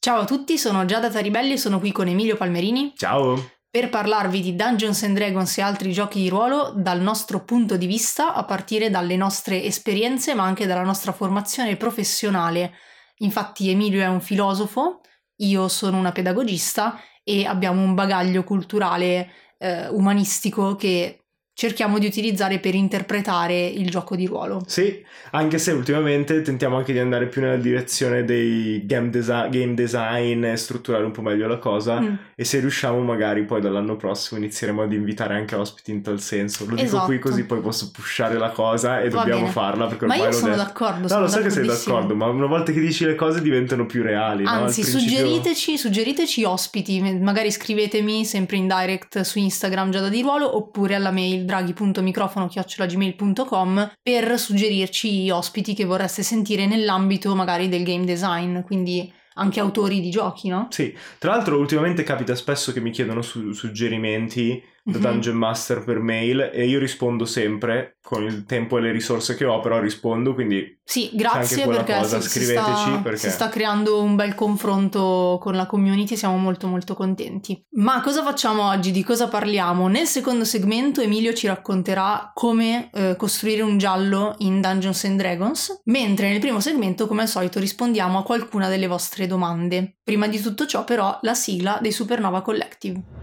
Ciao a tutti, sono Giada Taribelli e sono qui con Emilio Palmerini. Ciao! Per parlarvi di Dungeons and Dragons e altri giochi di ruolo dal nostro punto di vista, a partire dalle nostre esperienze ma anche dalla nostra formazione professionale. Infatti Emilio è un filosofo, io sono una pedagogista e abbiamo un bagaglio culturale umanistico che cerchiamo di utilizzare per interpretare il gioco di ruolo. Sì, anche se ultimamente tentiamo anche di andare più nella direzione dei game design e strutturare un po' meglio la cosa e se riusciamo magari poi dall'anno prossimo inizieremo ad invitare anche ospiti in tal senso. Lo dico qui così poi posso pushare la cosa e dobbiamo farla perché ormai ma io sono d'accordo. No, lo so che sei d'accordo, ma una volta che dici le cose diventano più reali. Anzi, no? suggeriteci ospiti, magari scrivetemi sempre in direct su Instagram Giada di Ruolo oppure alla mail draghi.microfono@gmail.com per suggerirci ospiti che vorreste sentire nell'ambito magari del game design, quindi anche autori di giochi, no? Sì, tra l'altro ultimamente capita spesso che mi chiedono suggerimenti da Dungeon Master per mail e io rispondo sempre con il tempo e le risorse che ho, però rispondo, quindi sì, grazie perché si sta creando un bel confronto con la community, siamo molto molto contenti. Ma cosa facciamo oggi? Di cosa parliamo? Nel secondo segmento Emilio ci racconterà come costruire un giallo in Dungeons and Dragons, mentre nel primo segmento come al solito rispondiamo a qualcuna delle vostre domande. Prima di tutto ciò però la sigla dei Supernova Collective.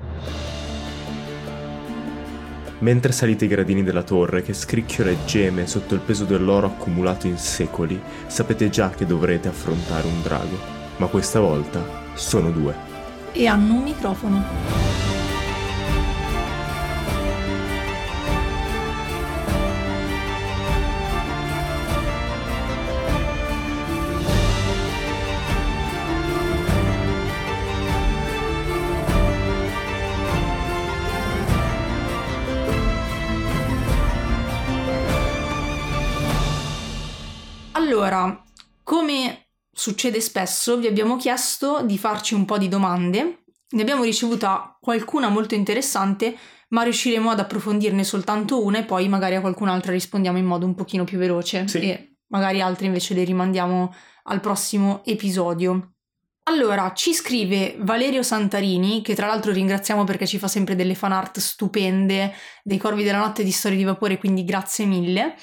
Mentre salite i gradini della torre che scricchiola e geme sotto il peso dell'oro accumulato in secoli, sapete già che dovrete affrontare un drago, ma questa volta sono due. E hanno un microfono. Allora, come succede spesso, vi abbiamo chiesto di farci un po' di domande. Ne abbiamo ricevuta qualcuna molto interessante, ma riusciremo ad approfondirne soltanto una e poi magari a qualcun'altra rispondiamo in modo un pochino più veloce. Sì. E magari altre invece le rimandiamo al prossimo episodio. Allora, ci scrive Valerio Santarini, che tra l'altro ringraziamo perché ci fa sempre delle fan art stupende dei Corvi della Notte e di Storie di Vapore, quindi grazie mille,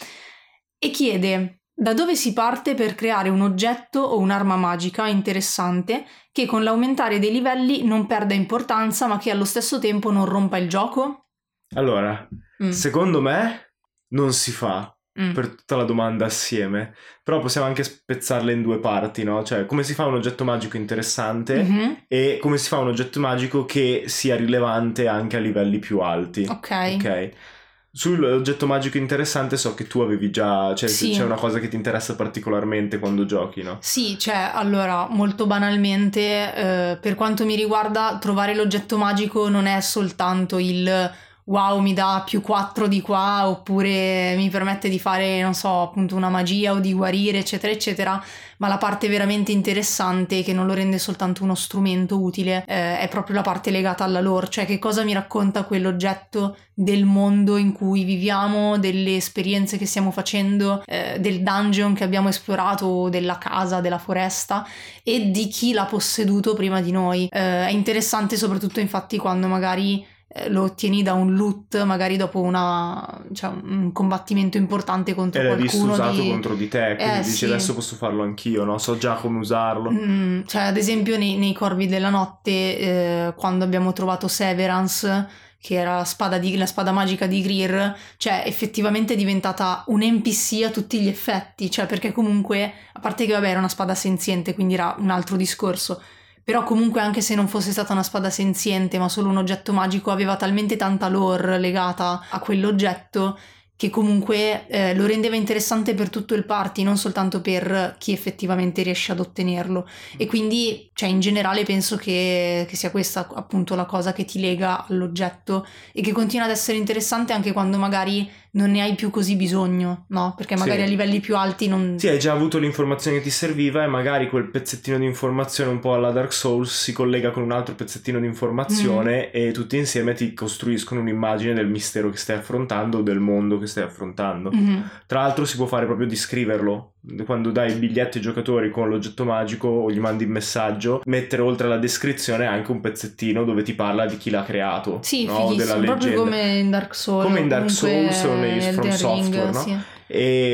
e chiede: da dove si parte per creare un oggetto o un'arma magica interessante che con l'aumentare dei livelli non perda importanza ma che allo stesso tempo non rompa il gioco? Allora, secondo me non si fa per tutta la domanda assieme, però possiamo anche spezzarla in due parti, no? Cioè, come si fa un oggetto magico interessante e come si fa un oggetto magico che sia rilevante anche a livelli più alti. Ok. Sull'oggetto magico interessante so che tu avevi già, cioè sì. C'è una cosa che ti interessa particolarmente quando giochi, no? Sì, cioè allora molto banalmente per quanto mi riguarda trovare l'oggetto magico non è soltanto il wow mi dà più 4 di qua oppure mi permette di fare non so appunto una magia o di guarire eccetera eccetera, ma la parte veramente interessante che non lo rende soltanto uno strumento utile è proprio la parte legata alla lore, cioè che cosa mi racconta quell'oggetto del mondo in cui viviamo, delle esperienze che stiamo facendo, del dungeon che abbiamo esplorato, della casa, della foresta e di chi l'ha posseduto prima di noi. È interessante soprattutto infatti quando magari lo ottieni da un loot, magari dopo un combattimento importante contro qualcuno. L'hai visto usato contro di te, quindi dici sì. Adesso posso farlo anch'io, no? So già come usarlo. Cioè ad esempio nei Corvi della Notte quando abbiamo trovato Severance, che era la spada magica di Greer, cioè effettivamente è diventata un NPC a tutti gli effetti, cioè perché comunque, a parte che vabbè era una spada senziente quindi era un altro discorso, però comunque anche se non fosse stata una spada senziente ma solo un oggetto magico aveva talmente tanta lore legata a quell'oggetto che comunque lo rendeva interessante per tutto il party, non soltanto per chi effettivamente riesce ad ottenerlo. E quindi, cioè, in generale penso che sia questa appunto la cosa che ti lega all'oggetto e che continua ad essere interessante anche quando magari non ne hai più così bisogno, no? Perché magari sì. A livelli più alti non... Sì, hai già avuto l'informazione che ti serviva e magari quel pezzettino di informazione un po' alla Dark Souls si collega con un altro pezzettino di informazione e tutti insieme ti costruiscono un'immagine del mistero che stai affrontando, del mondo che stai affrontando. Tra l'altro si può fare proprio di scriverlo quando dai il biglietto ai giocatori con l'oggetto magico o gli mandi il messaggio, mettere oltre alla descrizione anche un pezzettino dove ti parla di chi l'ha creato. Sì, no? Della leggenda. Proprio come in Dark Souls. Come in Dark Souls o nei From Software, no? Sì. E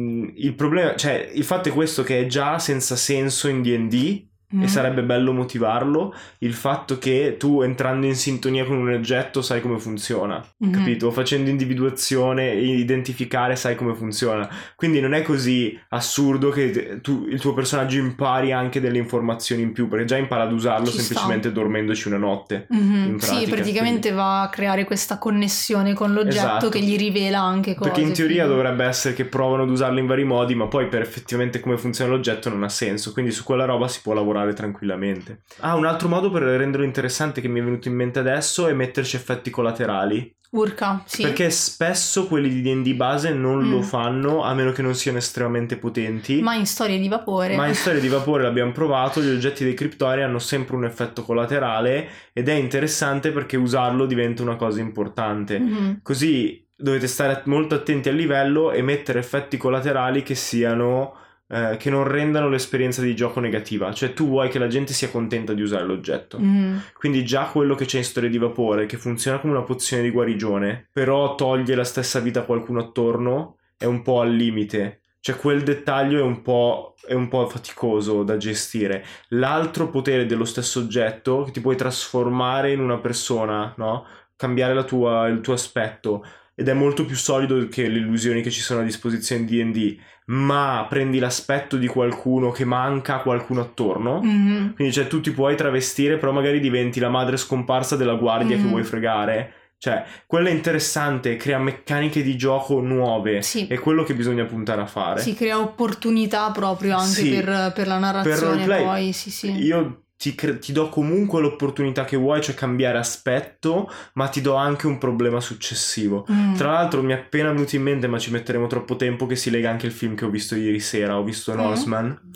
il problema, cioè il fatto è questo, che è già senza senso in D&D. E sarebbe bello motivarlo, il fatto che tu, entrando in sintonia con un oggetto, sai come funziona, capito? Facendo individuazione e identificare, sai come funziona. Quindi non è così assurdo che il tuo personaggio impari anche delle informazioni in più, perché già impara ad usarlo semplicemente dormendoci una notte. In pratica. Sì, praticamente va a creare questa connessione con l'oggetto, esatto, che gli rivela anche cose. Perché in teoria dovrebbe essere che provano ad usarlo in vari modi, ma poi per effettivamente come funziona l'oggetto non ha senso, quindi su quella roba si può lavorare tranquillamente. Un altro modo per renderlo interessante che mi è venuto in mente adesso è metterci effetti collaterali. Urca, sì. Perché spesso quelli di D&D base non lo fanno, a meno che non siano estremamente potenti. Ma in Storie di Vapore l'abbiamo provato, gli oggetti dei criptori hanno sempre un effetto collaterale ed è interessante perché usarlo diventa una cosa importante. Così dovete stare molto attenti al livello e mettere effetti collaterali che siano che non rendano l'esperienza di gioco negativa. Cioè tu vuoi che la gente sia contenta di usare l'oggetto, quindi già quello che c'è in Storie di Vapore, che funziona come una pozione di guarigione però toglie la stessa vita a qualcuno attorno, è un po' al limite. Cioè quel dettaglio è un po' faticoso da gestire. L'altro potere dello stesso oggetto, che ti puoi trasformare in una persona, no? Cambiare il tuo aspetto, ed è molto più solido che le illusioni che ci sono a disposizione in D&D, ma prendi l'aspetto di qualcuno che manca a qualcuno attorno, quindi cioè tu ti puoi travestire però magari diventi la madre scomparsa della guardia che vuoi fregare. Cioè quello è interessante, crea meccaniche di gioco nuove, è quello che bisogna puntare a fare. Si crea opportunità proprio anche per la narrazione, per poi io ti do comunque l'opportunità che vuoi, cioè cambiare aspetto, ma ti do anche un problema successivo. Tra l'altro mi è appena venuto in mente, ma ci metteremo troppo tempo, che si lega anche il film che ho visto ieri sera. Ho visto Norseman,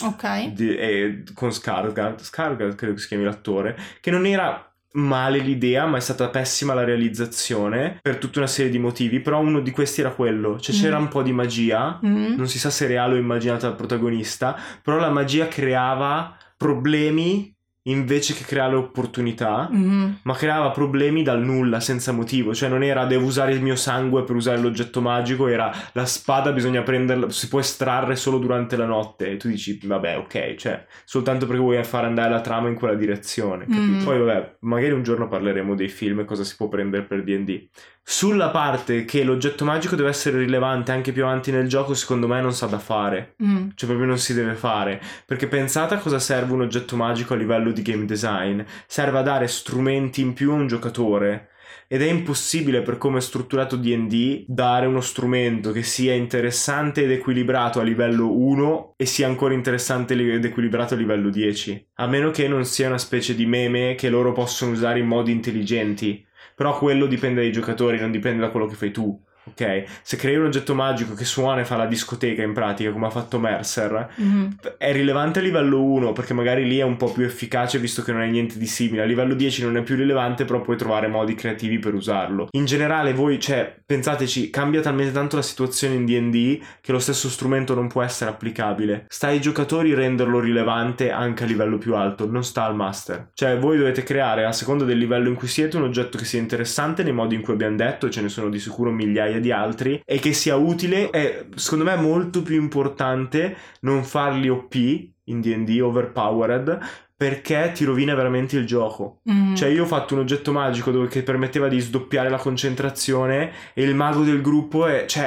con Skarsgård credo che si chiami l'attore, che non era male l'idea, ma è stata pessima la realizzazione per tutta una serie di motivi. Però uno di questi era quello, cioè c'era un po' di magia, non si sa se reale o immaginata dal protagonista, però la magia creava problemi invece che creare opportunità, ma creava problemi dal nulla, senza motivo. Cioè non era devo usare il mio sangue per usare l'oggetto magico, era la spada bisogna prenderla, si può estrarre solo durante la notte, e tu dici vabbè ok, cioè soltanto perché vuoi far andare la trama in quella direzione, capito? Poi vabbè, magari un giorno parleremo dei film e cosa si può prendere per D&D. Sulla parte che l'oggetto magico deve essere rilevante anche più avanti nel gioco, secondo me non sa da fare, cioè proprio non si deve fare, perché pensate a cosa serve un oggetto magico a livello di game design. Serve a dare strumenti in più a un giocatore, ed è impossibile, per come è strutturato D&D, dare uno strumento che sia interessante ed equilibrato a livello 1 e sia ancora interessante ed equilibrato a livello 10, a meno che non sia una specie di meme che loro possono usare in modi intelligenti. Però quello dipende dai giocatori, non dipende da quello che fai tu, ok? Se crei un oggetto magico che suona e fa la discoteca in pratica, come ha fatto Mercer, è rilevante a livello 1 perché magari lì è un po' più efficace visto che non è niente di simile. A livello 10 non è più rilevante, però puoi trovare modi creativi per usarlo. In generale voi, cioè, pensateci, cambia talmente tanto la situazione in D&D che lo stesso strumento non può essere applicabile. Sta ai giocatori renderlo rilevante anche a livello più alto, non sta al master. Cioè voi dovete creare, a seconda del livello in cui siete, un oggetto che sia interessante nei modi in cui abbiamo detto, ce ne sono di sicuro migliaia di altri, e che sia utile. È secondo me molto più importante non farli OP in D&D, overpowered, perché ti rovina veramente il gioco. Cioè io ho fatto un oggetto magico che permetteva di sdoppiare la concentrazione e il mago del gruppo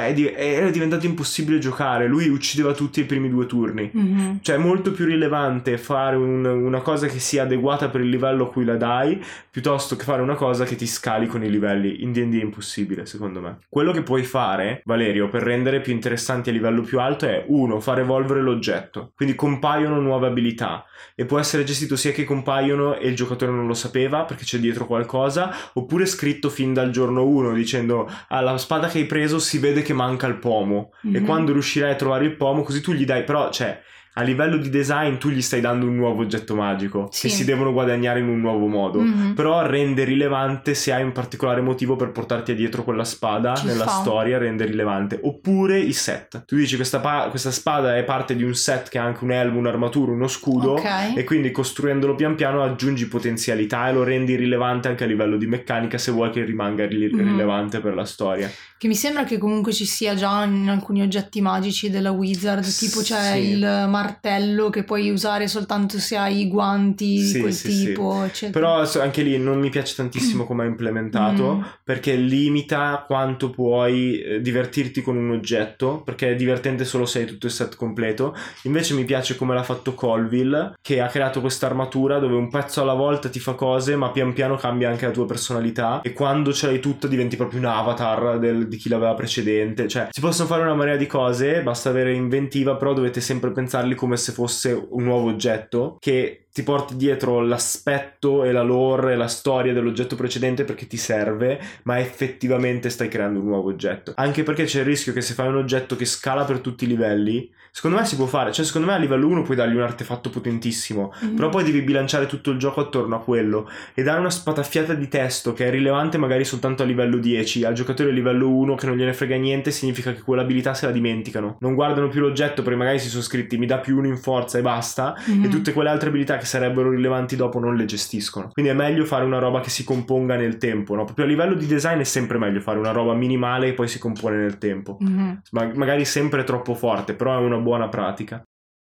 era diventato impossibile giocare, lui uccideva tutti ai primi 2 turni. Cioè è molto più rilevante fare una cosa che sia adeguata per il livello a cui la dai, piuttosto che fare una cosa che ti scali con i livelli. In D&D è impossibile, secondo me. Quello che puoi fare, Valerio, per rendere più interessanti a livello più alto è 1. Far evolvere l'oggetto, quindi compaiono nuove abilità, e può essere gestito sia che compaiono e il giocatore non lo sapeva perché c'è dietro qualcosa, oppure scritto fin dal giorno 1 dicendo la spada che hai preso si vede che manca il pomo, e quando riuscirai a trovare il pomo, così tu gli dai, però cioè a livello di design tu gli stai dando un nuovo oggetto magico che si devono guadagnare in un nuovo modo, però rende rilevante se hai un particolare motivo per portarti dietro quella spada nella storia, rende rilevante. Oppure i set, tu dici questa spada è parte di un set che ha anche un elmo, un'armatura, uno scudo, e quindi costruendolo pian piano aggiungi potenzialità e lo rendi rilevante anche a livello di meccanica se vuoi che rimanga rilevante per la storia. Che mi sembra che comunque ci sia già in alcuni oggetti magici della Wizard, tipo c'è il martello che puoi usare soltanto se hai i guanti di quel tipo, eccetera. Però anche lì non mi piace tantissimo come è implementato, perché limita quanto puoi divertirti con un oggetto, perché è divertente solo se hai tutto il set completo. Invece mi piace come l'ha fatto Colville, che ha creato questa armatura dove un pezzo alla volta ti fa cose, ma pian piano cambia anche la tua personalità, e quando ce l'hai tutta diventi proprio un avatar di chi l'aveva precedente. Cioè si possono fare una marea di cose, basta avere inventiva, però dovete sempre pensarli come se fosse un nuovo oggetto che ti porti dietro l'aspetto e la lore e la storia dell'oggetto precedente perché ti serve, ma effettivamente stai creando un nuovo oggetto. Anche perché c'è il rischio che se fai un oggetto che scala per tutti i livelli, secondo me si può fare, cioè secondo me a livello 1 puoi dargli un artefatto potentissimo, però poi devi bilanciare tutto il gioco attorno a quello e dare una spataffiata di testo che è rilevante magari soltanto a livello 10, al giocatore a livello 1 che non gliene frega niente, significa che quell'abilità se la dimenticano, non guardano più l'oggetto perché magari si sono scritti mi dà più 1 in forza e basta, e tutte quelle altre abilità che sarebbero rilevanti dopo non le gestiscono. Quindi è meglio fare una roba che si componga nel tempo, no? Proprio a livello di design è sempre meglio fare una roba minimale e poi si compone nel tempo. Magari sempre troppo forte, però è una buona pratica.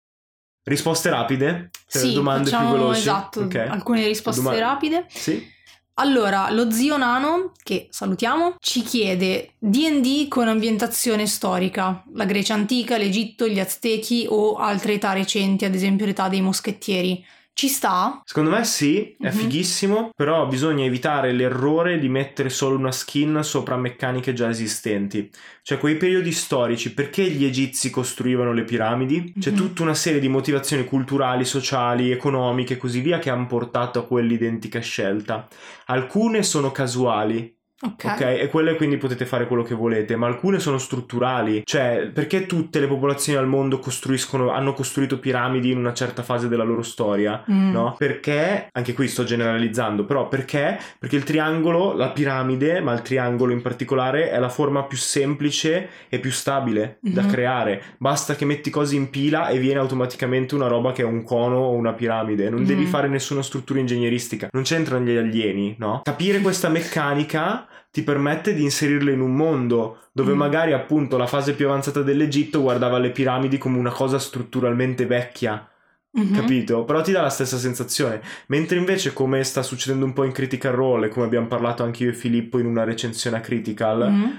Risposte rapide? Sì, domande facciamo, più veloci? Esatto, alcune risposte rapide. Sì. Allora, lo zio Nano, che salutiamo, ci chiede D&D con ambientazione storica, la Grecia antica, l'Egitto, gli Aztechi o altre età recenti, ad esempio l'età dei moschettieri. Ci sta? Secondo me sì, è fighissimo, però bisogna evitare l'errore di mettere solo una skin sopra meccaniche già esistenti. Cioè quei periodi storici, perché gli egizi costruivano le piramidi? C'è tutta una serie di motivazioni culturali, sociali, economiche e così via che hanno portato a quell'identica scelta. Alcune sono casuali. Ok, e quelle quindi potete fare quello che volete, ma alcune sono strutturali. Cioè, perché tutte le popolazioni al mondo hanno costruito piramidi in una certa fase della loro storia, no? Perché, anche qui sto generalizzando, però perché il triangolo, la piramide, ma il triangolo in particolare, è la forma più semplice e più stabile da creare. Basta che metti cose in pila e viene automaticamente una roba che è un cono o una piramide. Non devi fare nessuna struttura ingegneristica, non c'entrano gli alieni, no? Capire questa meccanica ti permette di inserirle in un mondo dove magari appunto la fase più avanzata dell'Egitto guardava le piramidi come una cosa strutturalmente vecchia, capito? Però ti dà la stessa sensazione, mentre invece, come sta succedendo un po' in Critical Role, e come abbiamo parlato anche io e Filippo in una recensione a Critical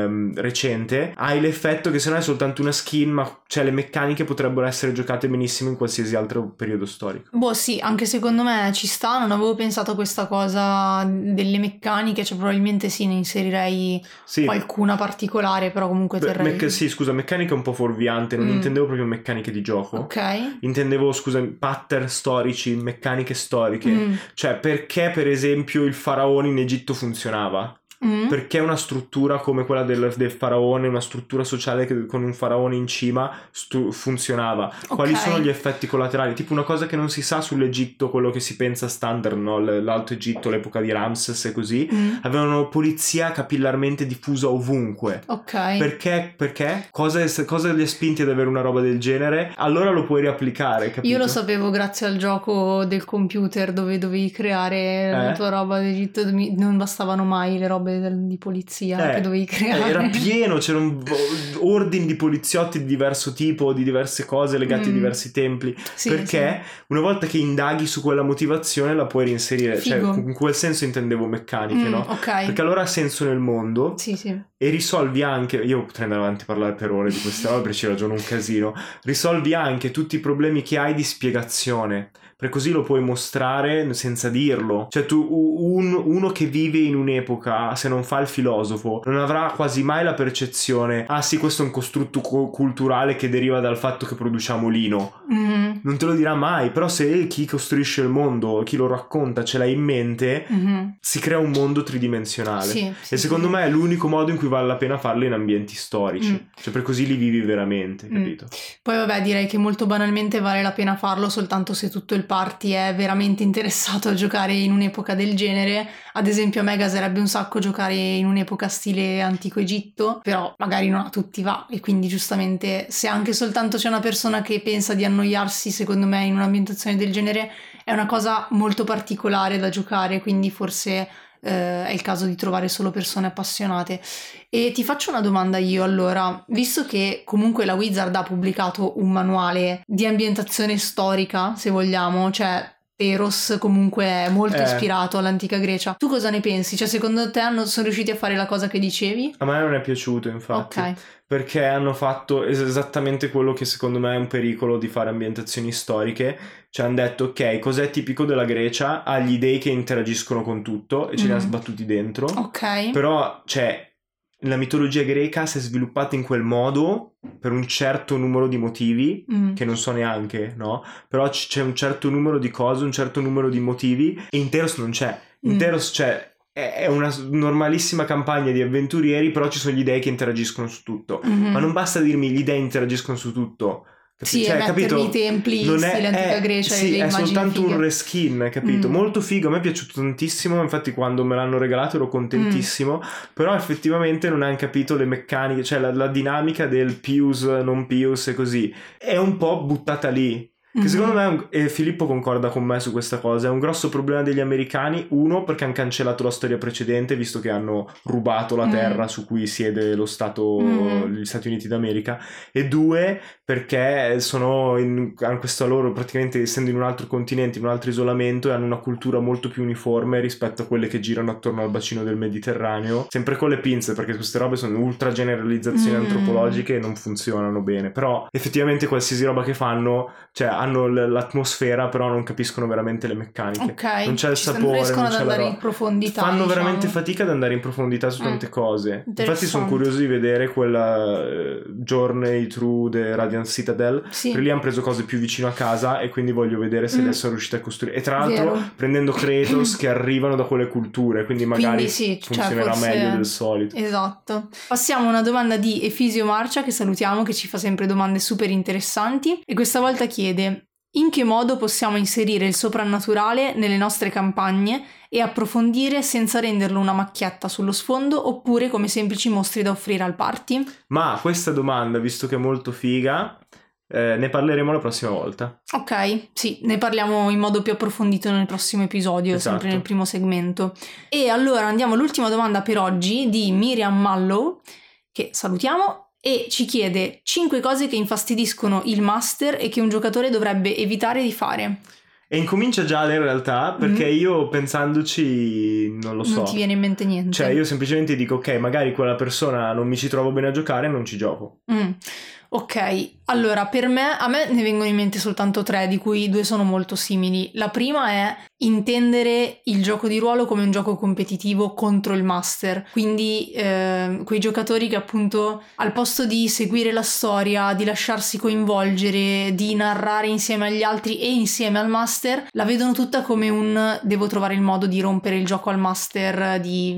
recente, hai l'effetto che se no è soltanto una skin, ma cioè le meccaniche potrebbero essere giocate benissimo in qualsiasi altro periodo storico. Boh, sì, anche secondo me ci sta, non avevo pensato a questa cosa delle meccaniche, cioè probabilmente sì, ne inserirei qualcuna particolare, però comunque terrei... sì, scusa, meccanica un po' fuorviante, non intendevo proprio meccaniche di gioco, intendevo, scusa, pattern storici, meccaniche storiche, cioè perché per esempio il faraone in Egitto funzionava. Perché una struttura come quella del faraone, una struttura sociale con un faraone in cima funzionava. Quali sono gli effetti collaterali? Tipo una cosa che non si sa sull'Egitto, quello che si pensa standard, no? L'Alto Egitto, l'epoca di Ramses e così, avevano polizia capillarmente diffusa ovunque. Perché? Cosa li ha spinti ad avere una roba del genere? Allora lo puoi riapplicare, capito? Io lo sapevo grazie al gioco del computer dove dovevi creare la tua roba d'Egitto, non bastavano mai le robe di polizia che dovevi creare. Era pieno, c'erano ordini di poliziotti di diverso tipo, di diverse cose legate a diversi templi, perché una volta che indaghi su quella motivazione la puoi reinserire. Cioè, in quel senso intendevo meccaniche, no? Perché allora ha senso nel mondo e risolvi anche, io potrei andare avanti a parlare per ore di queste robe perché ci ragiono un casino, risolvi anche tutti i problemi che hai di spiegazione, perché così lo puoi mostrare senza dirlo. Cioè tu, uno che vive in un'epoca, se non fa il filosofo, non avrà quasi mai la percezione sì, questo è un costrutto culturale che deriva dal fatto che produciamo lino. Non te lo dirà mai. Però se chi costruisce il mondo, chi lo racconta, ce l'ha in mente, si crea un mondo tridimensionale. E secondo me è l'unico modo in cui cui vale la pena farlo in ambienti storici, cioè per così li vivi veramente, capito? Poi vabbè, direi che molto banalmente vale la pena farlo soltanto se tutto il party è veramente interessato a giocare in un'epoca del genere. Ad esempio a me gaserebbe un sacco giocare in un'epoca stile antico Egitto, però magari non a tutti va, e quindi giustamente se anche soltanto c'è una persona che pensa di annoiarsi, secondo me in un'ambientazione del genere è una cosa molto particolare da giocare, quindi forse è il caso di trovare solo persone appassionate. E ti faccio una domanda io, allora, visto che comunque la Wizard ha pubblicato un manuale di ambientazione storica, se vogliamo, cioè Eros comunque è molto ispirato all'antica Grecia, tu cosa ne pensi? Cioè secondo te sono riusciti a fare la cosa che dicevi? A me non è piaciuto, infatti, ok, perché hanno fatto esattamente quello che secondo me è un pericolo di fare ambientazioni storiche. Cioè hanno detto ok, cos'è tipico della Grecia? Ha gli dei che interagiscono con tutto e ce li ha sbattuti dentro. Ok. Però cioè la mitologia greca si è sviluppata in quel modo per un certo numero di motivi che non so neanche, no? Però c'è un certo numero di cose, un certo numero di motivi, e in Teros non c'è. In Teros c'è, è una normalissima campagna di avventurieri, però ci sono gli dei che interagiscono su tutto. Ma non basta dirmi gli dei interagiscono su tutto. Sì, cioè, capito? I templi non stile antica Grecia, sì, e le è immagini soltanto fighe. un reskin, capito? Molto figo, a me è piaciuto tantissimo, infatti quando me l'hanno regalato ero contentissimo, però effettivamente non hanno capito le meccaniche, cioè la dinamica del Pius, non Pius e così, è un po' buttata lì. Che secondo me, e Filippo concorda con me su questa cosa, è un grosso problema degli americani. Uno, perché hanno cancellato la storia precedente, visto che hanno rubato la terra su cui siede lo Stato, gli Stati Uniti d'America. E due, perché hanno questa loro, praticamente essendo in un altro continente, in un altro isolamento, e hanno una cultura molto più uniforme rispetto a quelle che girano attorno al bacino del Mediterraneo. Sempre con le pinze, perché queste robe sono ultra generalizzazioni antropologiche e non funzionano bene. Però effettivamente qualsiasi roba che fanno, cioè hanno l'atmosfera, però non capiscono veramente le meccaniche. Ok, non c'è il sapore, non riescono ad c'è andare in profondità. Fanno diciamo veramente fatica ad andare in profondità su tante cose. Infatti sono curioso di vedere quella Journey Through the Radiant Citadel. Sì. Per lì hanno preso cose più vicino a casa e quindi voglio vedere se adesso sono riusciti a costruire. E tra l'altro prendendo Kratos che arrivano da quelle culture, quindi magari funzionerà meglio del solito. Esatto. Passiamo a una domanda di Efisio Marcia, che salutiamo, che ci fa sempre domande super interessanti, e questa volta chiede: in che modo possiamo inserire il soprannaturale nelle nostre campagne e approfondire senza renderlo una macchietta sullo sfondo, oppure come semplici mostri da offrire al party? Ma questa domanda, visto che è molto figa, ne parleremo la prossima volta. Ok, sì, ne parliamo in modo più approfondito nel prossimo episodio, esatto. Sempre nel primo segmento. E allora andiamo all'ultima domanda per oggi di Miriam Mallow, che salutiamo, e ci chiede 5 cose che infastidiscono il master e che un giocatore dovrebbe evitare di fare. E incomincia già in realtà, perché io pensandoci non lo so. Non ti viene in mente niente. Cioè io semplicemente dico ok, magari quella persona non mi ci trovo bene a giocare e non ci gioco. Ok, allora a me ne vengono in mente soltanto 3, di cui 2 sono molto simili. La prima è intendere il gioco di ruolo come un gioco competitivo contro il master, quindi quei giocatori che appunto al posto di seguire la storia, di lasciarsi coinvolgere, di narrare insieme agli altri e insieme al master, la vedono tutta come un devo trovare il modo di rompere il gioco al master, di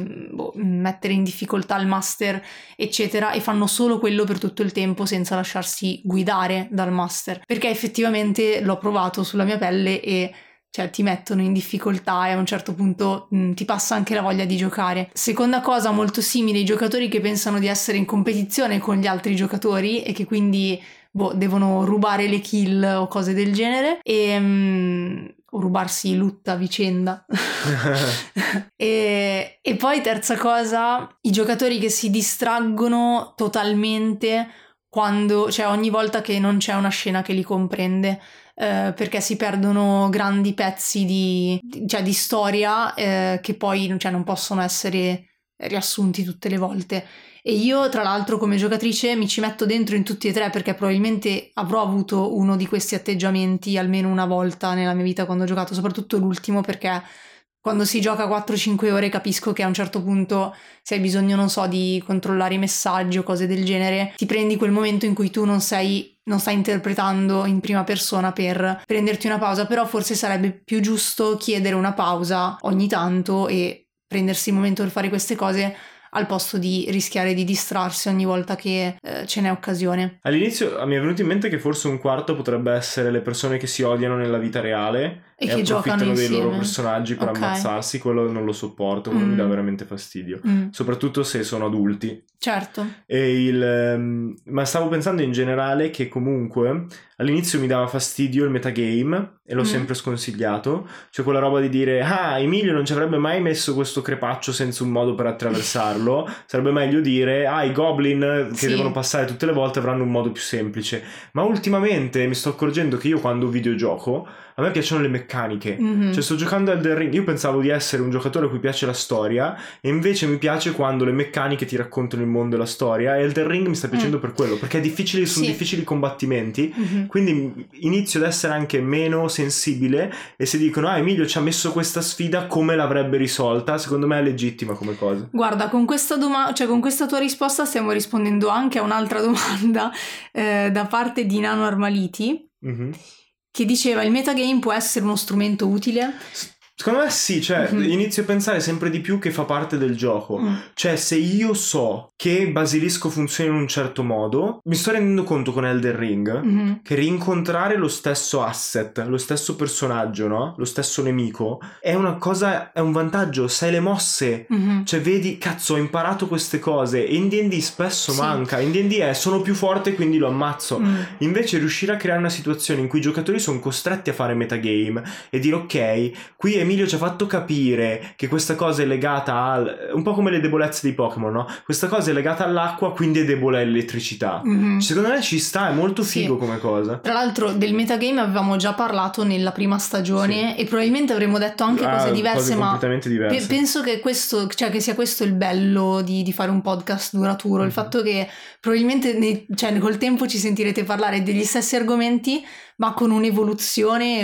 mettere in difficoltà il master, eccetera, e fanno solo quello per tutto il tempo senza lasciarsi guidare dal master, perché effettivamente l'ho provato sulla mia pelle e cioè ti mettono in difficoltà e a un certo punto ti passa anche la voglia di giocare. Seconda cosa molto simile, i giocatori che pensano di essere in competizione con gli altri giocatori e che quindi devono rubare le kill o cose del genere o rubarsi loot a vicenda. e poi terza cosa, i giocatori che si distraggono totalmente quando, cioè ogni volta che non c'è una scena che li comprende, perché si perdono grandi pezzi di storia che poi non possono essere riassunti tutte le volte. E io tra l'altro come giocatrice mi ci metto dentro in tutti e tre, perché probabilmente avrò avuto uno di questi atteggiamenti almeno una volta nella mia vita quando ho giocato, soprattutto l'ultimo, perché quando si gioca 4-5 ore capisco che a un certo punto, se hai bisogno, non so, di controllare i messaggi o cose del genere, ti prendi quel momento in cui tu non stai interpretando in prima persona per prenderti una pausa, però forse sarebbe più giusto chiedere una pausa ogni tanto e prendersi il momento per fare queste cose, al posto di rischiare di distrarsi ogni volta che ce n'è occasione. All'inizio mi è venuto in mente che forse un quarto potrebbe essere le persone che si odiano nella vita reale e che approfittano dei loro personaggi per ammazzarsi. Quello non lo sopporto, quello mi dà veramente fastidio, soprattutto se sono adulti. Certo. Ma stavo pensando in generale che comunque all'inizio mi dava fastidio il metagame e l'ho sempre sconsigliato, cioè quella roba di dire Emilio non ci avrebbe mai messo questo crepaccio senza un modo per attraversarlo, sarebbe meglio dire i goblin che devono passare tutte le volte avranno un modo più semplice. Ma ultimamente mi sto accorgendo che io quando videogioco a me piacciono le meccaniche, cioè sto giocando a Elden Ring, io pensavo di essere un giocatore a cui piace la storia e invece mi piace quando le meccaniche ti raccontano il mondo e la storia, e Elden Ring mi sta piacendo per quello, perché è difficile, sono difficili i combattimenti, quindi inizio ad essere anche meno sensibile, e se dicono Emilio ci ha messo questa sfida, come l'avrebbe risolta? Secondo me è legittima come cosa. Guarda, con questa con questa tua risposta stiamo rispondendo anche a un'altra domanda da parte di Nano Armaliti, che diceva: il metagame può essere uno strumento utile? Secondo me sì, cioè inizio a pensare sempre di più che fa parte del gioco. Cioè se io so che Basilisco funziona in un certo modo, mi sto rendendo conto con Elden Ring che rincontrare lo stesso asset, lo stesso personaggio, no? Lo stesso nemico, è una cosa, è un vantaggio, sai le mosse, cioè vedi, cazzo, ho imparato queste cose, e in D&D spesso manca. In D&D sono più forte quindi lo ammazzo. Invece riuscire a creare una situazione in cui i giocatori sono costretti a fare metagame e dire ok, qui Emilio ci ha fatto capire che questa cosa è legata al... un po' come le debolezze dei Pokémon, no? Questa cosa è legata all'acqua, quindi è debole all'elettricità. Secondo me ci sta, è molto figo come cosa. Tra l'altro del metagame avevamo già parlato nella prima stagione e probabilmente avremmo detto anche cose diverse, ma completamente diverse. Penso che questo, cioè che sia questo il bello di fare un podcast duraturo, il fatto che probabilmente col tempo ci sentirete parlare degli stessi argomenti, ma con un'evoluzione,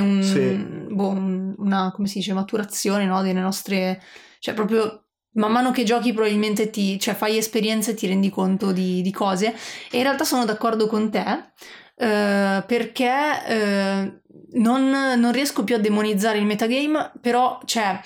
una, come si dice, maturazione, no? Delle nostre, cioè proprio man mano che giochi probabilmente fai esperienze e ti rendi conto di cose. E in realtà sono d'accordo con te, perché non riesco più a demonizzare il metagame, però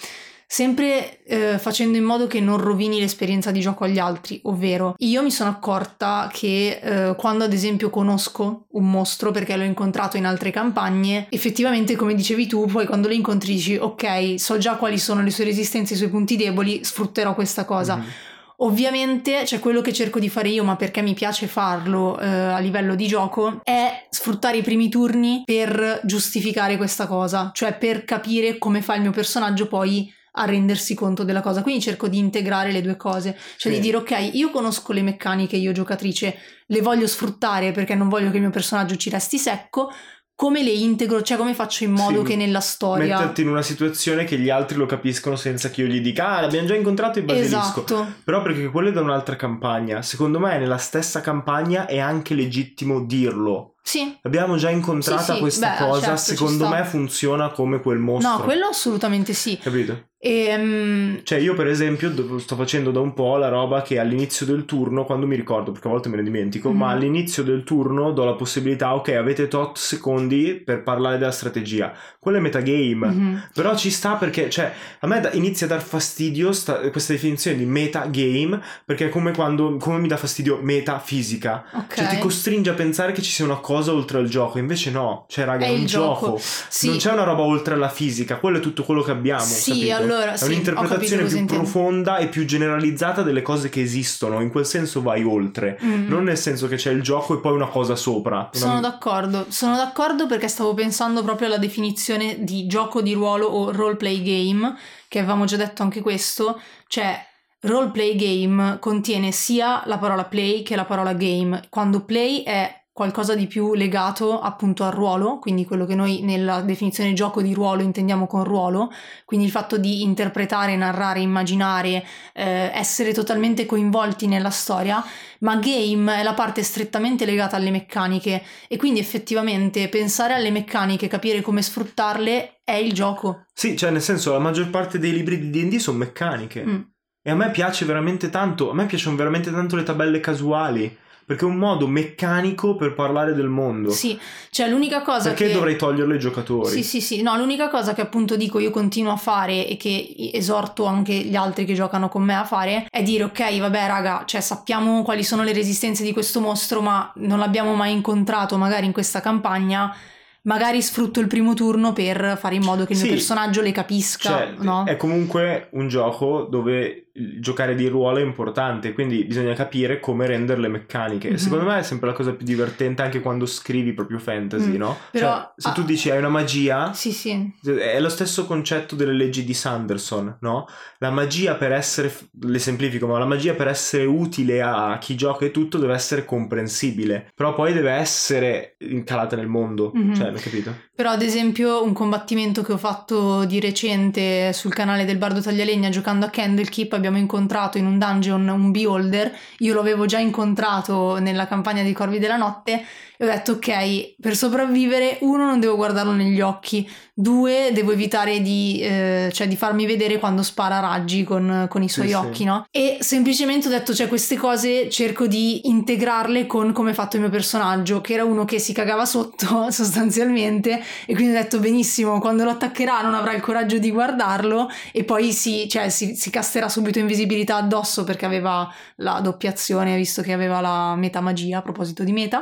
sempre facendo in modo che non rovini l'esperienza di gioco agli altri. Ovvero, io mi sono accorta che quando ad esempio conosco un mostro perché l'ho incontrato in altre campagne, effettivamente come dicevi tu, poi quando lo incontri dici ok, so già quali sono le sue resistenze, i suoi punti deboli, sfrutterò questa cosa. Ovviamente quello che cerco di fare io, ma perché mi piace farlo a livello di gioco, è sfruttare i primi turni per giustificare questa cosa, cioè per capire come fa il mio personaggio poi a rendersi conto della cosa. Quindi cerco di integrare le due cose, cioè di dire ok, io conosco le meccaniche, io giocatrice le voglio sfruttare perché non voglio che il mio personaggio ci resti secco. Come le integro, cioè come faccio in modo che nella storia... Metterti in una situazione che gli altri lo capiscono senza che io gli dica l'abbiamo già incontrato il Basilisco. Esatto. Però perché quello è da un'altra campagna. Secondo me nella stessa campagna è anche legittimo dirlo. Sì. Abbiamo già incontrata questa cosa, certo, secondo me funziona come quel mostro. No, quello assolutamente sì. Capito? Cioè io per esempio sto facendo da un po' la roba che all'inizio del turno, quando mi ricordo, perché a volte me ne dimentico, ma all'inizio del turno do la possibilità, ok, avete tot secondi per parlare della strategia. Quello è metagame, però ci sta, perché a me inizia a dar fastidio questa definizione di metagame, perché è come mi dà fastidio metafisica, cioè ti costringe a pensare che ci sia una cosa oltre al gioco, invece no, raga, è un gioco. Sì. Non c'è una roba oltre alla fisica, quello è tutto quello che abbiamo, capito? Allora, è un'interpretazione più profonda e più generalizzata delle cose che esistono, in quel senso vai oltre, non nel senso che c'è il gioco e poi una cosa sopra. Sono d'accordo perché stavo pensando proprio alla definizione di gioco di ruolo o roleplay game, che avevamo già detto anche questo, cioè roleplay game contiene sia la parola play che la parola game, quando play è qualcosa di più legato appunto al ruolo, quindi quello che noi nella definizione gioco di ruolo intendiamo con ruolo, quindi il fatto di interpretare, narrare, immaginare, essere totalmente coinvolti nella storia, ma game è la parte strettamente legata alle meccaniche, e quindi effettivamente pensare alle meccaniche, capire come sfruttarle è il gioco. Sì, cioè nel senso la maggior parte dei libri di D&D sono meccaniche, e a me piace veramente tanto, a me piacciono veramente tanto le tabelle casuali, perché è un modo meccanico per parlare del mondo. Sì, cioè l'unica cosa perché dovrei toglierlo ai giocatori? Sì, no, l'unica cosa che appunto dico io continuo a fare e che esorto anche gli altri che giocano con me a fare è dire ok, vabbè raga, cioè sappiamo quali sono le resistenze di questo mostro, ma non l'abbiamo mai incontrato magari in questa campagna. Magari sfrutto il primo turno per fare in modo che il mio personaggio le capisca, cioè, no? È comunque un gioco dove giocare di ruolo è importante, quindi bisogna capire come rendere le meccaniche. Secondo me è sempre la cosa più divertente anche quando scrivi proprio fantasy, no? Però, cioè, se tu dici hai una magia, sì. È lo stesso concetto delle leggi di Sanderson, no? La magia per essere, le semplifico, ma la magia per essere utile a chi gioca e tutto deve essere comprensibile, però poi deve essere incalata nel mondo, cioè, hai capito? Però ad esempio un combattimento che ho fatto di recente sul canale del Bardo Taglialegna giocando a Candlekeep, abbiamo incontrato in un dungeon un beholder, io lo avevo già incontrato nella campagna di Corvi della Notte e ho detto ok, per sopravvivere 1 non devo guardarlo negli occhi, 2 devo evitare di farmi vedere quando spara raggi con i suoi occhi, no? E semplicemente ho detto, cioè queste cose cerco di integrarle con come è fatto il mio personaggio, che era uno che si cagava sotto sostanzialmente, e quindi ho detto benissimo, quando lo attaccherà non avrà il coraggio di guardarlo e poi si casterà subito invisibilità addosso perché aveva la doppia azione, visto che aveva la meta magia, a proposito di meta,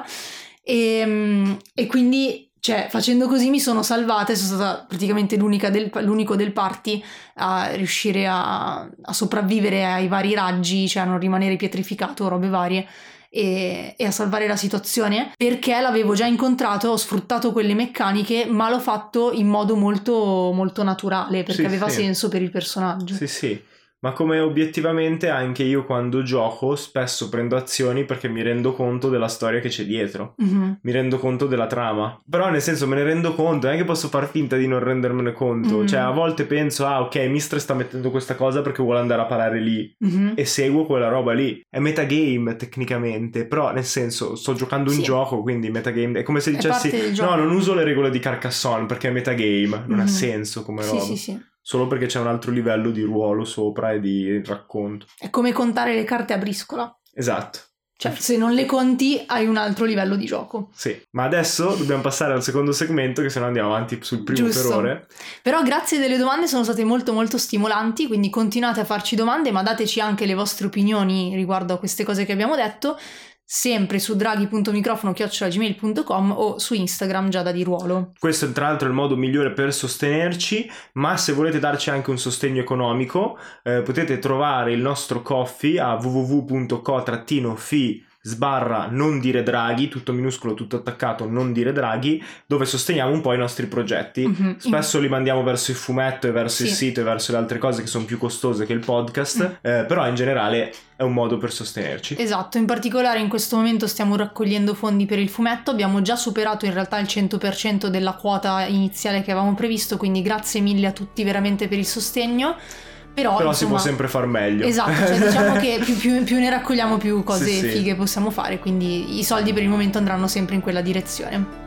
e quindi cioè facendo così mi sono salvata e sono stata praticamente l'unico del party a riuscire a sopravvivere ai vari raggi, cioè a non rimanere pietrificato, robe varie, e a salvare la situazione, perché l'avevo già incontrato, ho sfruttato quelle meccaniche, ma l'ho fatto in modo molto, molto naturale, perché aveva senso per il personaggio. Sì. Ma come obiettivamente anche io quando gioco spesso prendo azioni perché mi rendo conto della storia che c'è dietro, mi rendo conto della trama, però nel senso me ne rendo conto, non è che posso far finta di non rendermene conto, cioè a volte penso ok, Mistre sta mettendo questa cosa perché vuole andare a parare lì e seguo quella roba lì, è metagame tecnicamente, però nel senso sto giocando un gioco, quindi metagame è come se dicessi no, non uso le regole di Carcassonne perché è metagame, non ha senso come roba. Sì. Solo perché c'è un altro livello di ruolo sopra e di racconto. È come contare le carte a briscola. Esatto. Cioè, se non le conti hai un altro livello di gioco. Sì, ma adesso dobbiamo passare al secondo segmento, che sennò andiamo avanti sul primo per ore. Però grazie delle domande, sono state molto molto stimolanti, quindi continuate a farci domande, ma dateci anche le vostre opinioni riguardo a queste cose che abbiamo detto, sempre su draghi.microfono@gmail.com o su Instagram Giada di Ruolo. Questo è tra l'altro il modo migliore per sostenerci, ma se volete darci anche un sostegno economico potete trovare il nostro Ko-fi a www.co-fi/non dire Draghi, tutto minuscolo, tutto attaccato, non dire Draghi, dove sosteniamo un po' i nostri progetti. Spesso li mandiamo verso il fumetto e verso il sito e verso le altre cose che sono più costose che il podcast, però in generale è un modo per sostenerci. Esatto, in particolare in questo momento stiamo raccogliendo fondi per il fumetto, abbiamo già superato in realtà il 100% della quota iniziale che avevamo previsto, quindi grazie mille a tutti veramente per il sostegno. Però insomma, si può sempre far meglio. Esatto, cioè diciamo che più ne raccogliamo più cose fighe possiamo fare, quindi i soldi per il momento andranno sempre in quella direzione.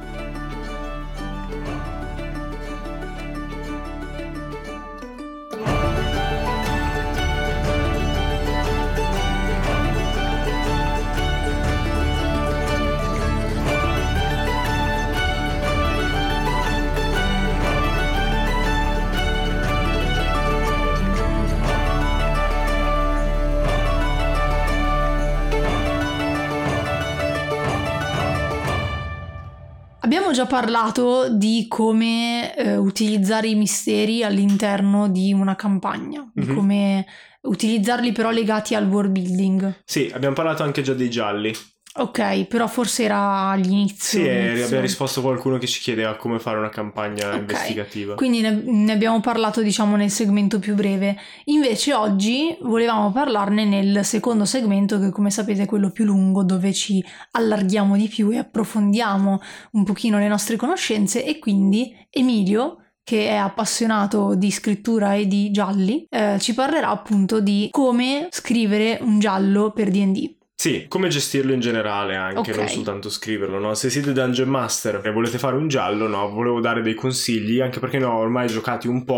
Abbiamo già parlato di come utilizzare i misteri all'interno di una campagna, di come utilizzarli però legati al world building. Sì, abbiamo parlato anche già dei gialli. Ok, però forse era all'inizio. Sì, abbiamo risposto a qualcuno che ci chiedeva come fare una campagna investigativa. Quindi ne abbiamo parlato, diciamo, nel segmento più breve. Invece oggi volevamo parlarne nel secondo segmento, che come sapete è quello più lungo, dove ci allarghiamo di più e approfondiamo un pochino le nostre conoscenze, e quindi Emilio, che è appassionato di scrittura e di gialli, ci parlerà appunto di come scrivere un giallo per D&D. Sì, come gestirlo in generale anche, non soltanto scriverlo, no? Se siete Dungeon Master e volete fare un giallo, no? Volevo dare dei consigli, anche perché ne ho ormai giocati un po',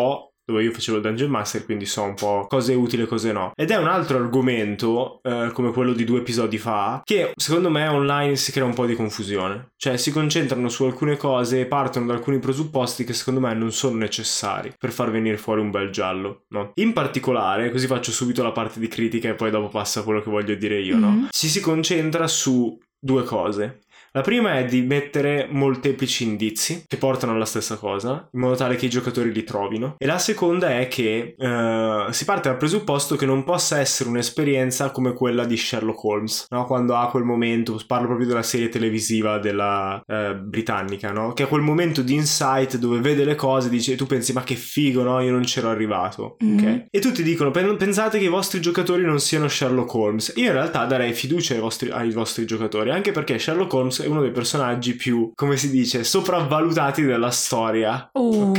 dove io facevo il Dungeon Master, quindi so un po' cosa è utile e cose no. Ed è un altro argomento, come quello di 2 episodi fa, che secondo me online si crea un po' di confusione. Cioè si concentrano su alcune cose e partono da alcuni presupposti che secondo me non sono necessari per far venire fuori un bel giallo, no? In particolare, così faccio subito la parte di critica e poi dopo passa a quello che voglio dire io, no? Ci si concentra su 2 cose. La prima è di mettere molteplici indizi che portano alla stessa cosa, in modo tale che i giocatori li trovino. E la seconda è che si parte dal presupposto che non possa essere un'esperienza come quella di Sherlock Holmes, no? Quando ha quel momento, parlo proprio della serie televisiva della britannica, no? Che ha quel momento di insight dove vede le cose e dice, tu pensi ma che figo, no? Io non c'ero arrivato, ok? E tutti dicono, pensate che i vostri giocatori non siano Sherlock Holmes. Io in realtà darei fiducia ai vostri giocatori, anche perché Sherlock Holmes è uno dei personaggi più, come si dice, sopravvalutati della storia. Ok,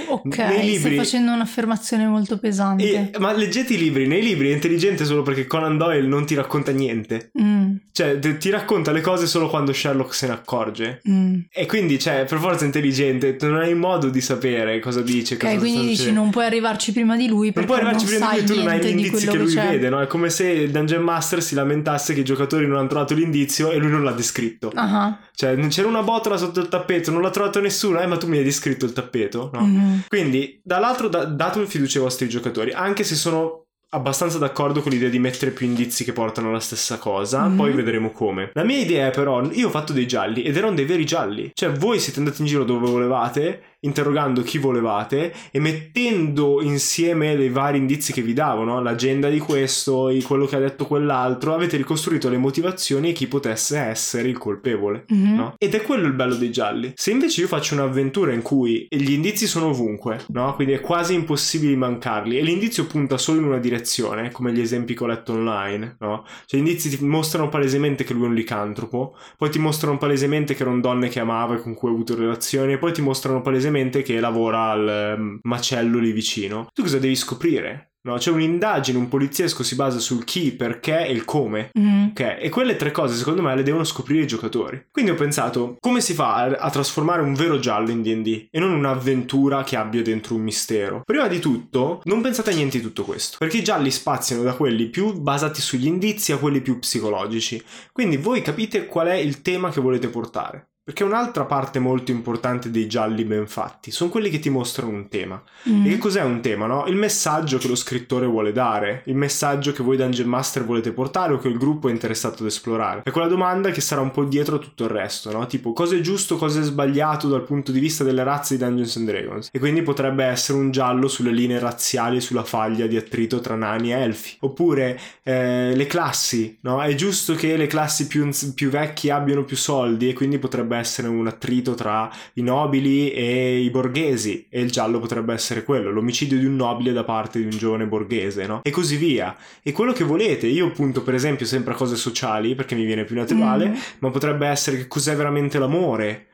nei libri, stai facendo un'affermazione molto pesante. Ma leggete i libri. Nei libri è intelligente solo perché Conan Doyle non ti racconta niente. Cioè ti racconta le cose solo quando Sherlock se ne accorge. E quindi, cioè, per forza è intelligente. Tu non hai modo di sapere cosa dice. Ok, quindi dici non puoi arrivarci prima di lui perché non sai tu non hai gli indizi che lui c'è. Vede, no? È come se il Dungeon Master si lamentasse che i giocatori non hanno trovato l'indizio e lui non l'ha descritto. Cioè c'era una botola sotto il tappeto, non l'ha trovato nessuno, ma tu mi hai descritto il tappeto, no? Quindi dall'altro date fiducia ai vostri giocatori, anche se sono abbastanza d'accordo con l'idea di mettere più indizi che portano alla stessa cosa, poi vedremo come. La mia idea è però, io ho fatto dei gialli ed erano dei veri gialli, cioè voi siete andati in giro dove volevate, interrogando chi volevate e mettendo insieme dei vari indizi che vi davano, l'agenda di questo, quello che ha detto quell'altro, avete ricostruito le motivazioni e chi potesse essere il colpevole, no? Ed è quello il bello dei gialli. Se invece io faccio un'avventura in cui gli indizi sono ovunque, no? Quindi è quasi impossibile mancarli e l'indizio punta solo in una direzione, come gli esempi che ho letto online, no? Cioè gli indizi ti mostrano palesemente che lui è un licantropo, poi ti mostrano palesemente che erano donne che amava e con cui ha avuto relazioni, e poi ti mostrano palesemente che lavora al macello lì vicino. Tu cosa devi scoprire? No, c'è un'indagine, un poliziesco si basa sul chi, perché e il come. Ok, e quelle 3 cose secondo me le devono scoprire i giocatori. Quindi ho pensato, come si fa a trasformare un vero giallo in D&D e non un'avventura che abbia dentro un mistero? Prima di tutto, non pensate a niente di tutto questo, perché i gialli spaziano da quelli più basati sugli indizi a quelli più psicologici. Quindi voi capite qual è il tema che volete portare. Perché un'altra parte molto importante dei gialli ben fatti sono quelli che ti mostrano un tema. E che cos'è un tema, no? Il messaggio che lo scrittore vuole dare, il messaggio che voi Dungeon Master volete portare o che il gruppo è interessato ad esplorare. È quella domanda che sarà un po' dietro a tutto il resto, no? Tipo, cosa è giusto, cosa è sbagliato dal punto di vista delle razze di Dungeons and Dragons. E quindi potrebbe essere un giallo sulle linee razziali, sulla faglia di attrito tra nani e elfi. Oppure le classi, no? È giusto che le classi più vecchi abbiano più soldi e quindi potrebbe essere un attrito tra i nobili e i borghesi, e il giallo potrebbe essere quello, l'omicidio di un nobile da parte di un giovane borghese, no? E così via. E quello che volete, io punto per esempio sempre a cose sociali perché mi viene più naturale, ma potrebbe essere che cos'è veramente l'amore,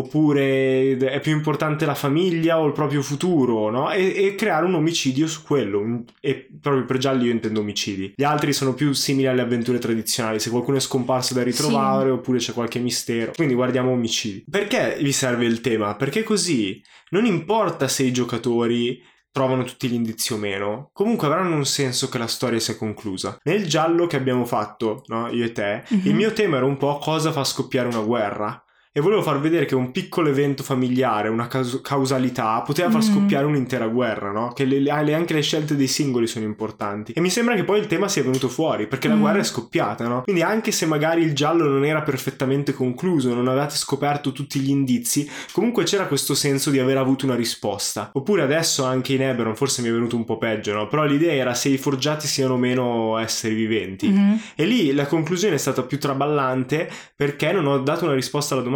oppure è più importante la famiglia o il proprio futuro, no? E creare un omicidio su quello. E proprio per gialli io intendo omicidi. Gli altri sono più simili alle avventure tradizionali, se qualcuno è scomparso da ritrovare, sì, oppure c'è qualche mistero. Quindi guardiamo omicidi. Perché vi serve il tema? Perché così non importa se i giocatori trovano tutti gli indizi o meno, comunque avranno un senso che la storia sia conclusa. Nel giallo che abbiamo fatto, no, io e te, il mio tema era un po' cosa fa scoppiare una guerra. E volevo far vedere che un piccolo evento familiare, una causalità, poteva far scoppiare un'intera guerra, no? Che anche le scelte dei singoli sono importanti. E mi sembra che poi il tema sia venuto fuori, perché la guerra è scoppiata, no? Quindi anche se magari il giallo non era perfettamente concluso, non avevate scoperto tutti gli indizi, comunque c'era questo senso di aver avuto una risposta. Oppure adesso anche in Eberron, forse mi è venuto un po' peggio, no? Però l'idea era se i forgiati siano o meno esseri viventi. E lì la conclusione è stata più traballante perché non ho dato una risposta alla domanda.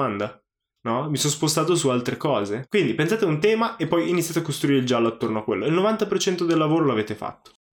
No? Mi sono spostato su altre cose. Quindi pensate a un tema e poi iniziate a costruire il giallo attorno a quello. Il 90% del lavoro l'avete fatto.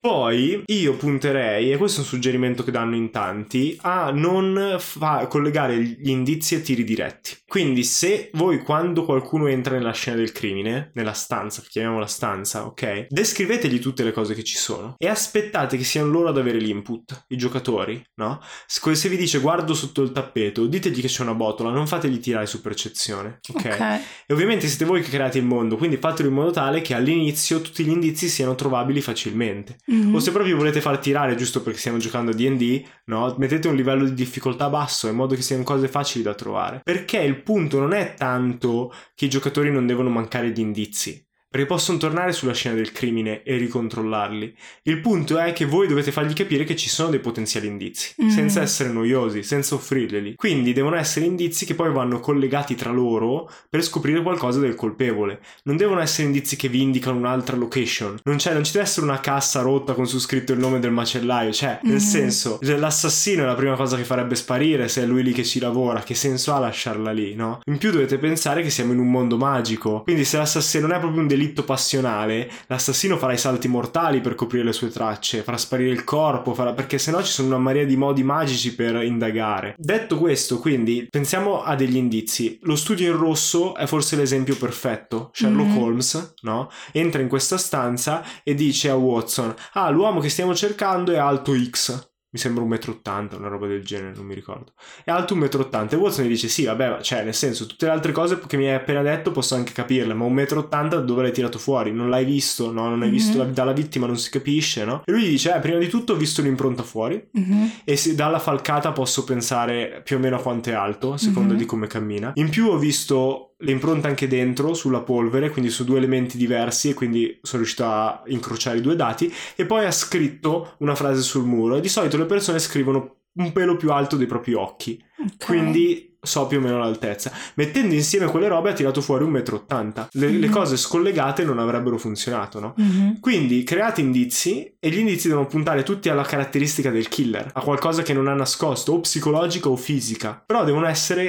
Poi io punterei, e questo è un suggerimento che danno in tanti, a non collegare gli indizi a tiri diretti. Quindi se voi, quando qualcuno entra nella scena del crimine, nella stanza, chiamiamola stanza, ok? Descrivetegli tutte le cose che ci sono e aspettate che siano loro ad avere l'input, i giocatori, no? Se vi dice guardo sotto il tappeto, ditegli che c'è una botola, non fategli tirare su percezione, ok? E ovviamente siete voi che create il mondo, quindi fatelo in modo tale che all'inizio tutti gli indizi siano trovabili facilmente. O se proprio volete far tirare giusto perché stiamo giocando a D&D, no? Mettete un livello di difficoltà basso in modo che siano cose facili da trovare. Perché il punto non è tanto che i giocatori non devono mancare di indizi, perché possono tornare sulla scena del crimine e ricontrollarli. Il punto è che voi dovete fargli capire che ci sono dei potenziali indizi, senza essere noiosi, senza offrirglieli. Quindi devono essere indizi che poi vanno collegati tra loro per scoprire qualcosa del colpevole. Non devono essere indizi che vi indicano un'altra location. Non ci deve essere una cassa rotta con su scritto il nome del macellaio. Cioè, nel senso, l'assassino è la prima cosa che farebbe sparire se è lui lì che ci lavora. Che senso ha lasciarla lì, no? In più dovete pensare che siamo in un mondo magico. Quindi se l'assassino non è proprio un delitto passionale, l'assassino farà i salti mortali per coprire le sue tracce, farà sparire il corpo, perché sennò ci sono una marea di modi magici per indagare. Detto questo, quindi pensiamo a degli indizi. Lo studio in rosso è forse l'esempio perfetto. Sherlock Holmes, no? Entra in questa stanza e dice a Watson: l'uomo che stiamo cercando è alto X. Mi sembra 1,80 m, una roba del genere, non mi ricordo. È alto 1,80 m e Watson gli dice: sì, vabbè, cioè nel senso, tutte le altre cose che mi hai appena detto posso anche capirle, ma 1,80 m dove l'hai tirato fuori? Non l'hai visto? No, non hai visto dalla vittima, non si capisce, no? E lui gli dice: prima di tutto ho visto l'impronta fuori e dalla falcata posso pensare più o meno a quanto è alto, a seconda di come cammina. In più ho visto l'impronta anche dentro sulla polvere, quindi su due elementi diversi, e quindi sono riuscito a incrociare i due dati. E poi ha scritto una frase sul muro, e di solito le persone scrivono un pelo più alto dei propri occhi, quindi so più o meno l'altezza. Mettendo insieme quelle robe ha tirato fuori 1,80 m. Le cose scollegate non avrebbero funzionato, no? Quindi create indizi, e gli indizi devono puntare tutti alla caratteristica del killer, a qualcosa che non ha nascosto, o psicologica o fisica, però devono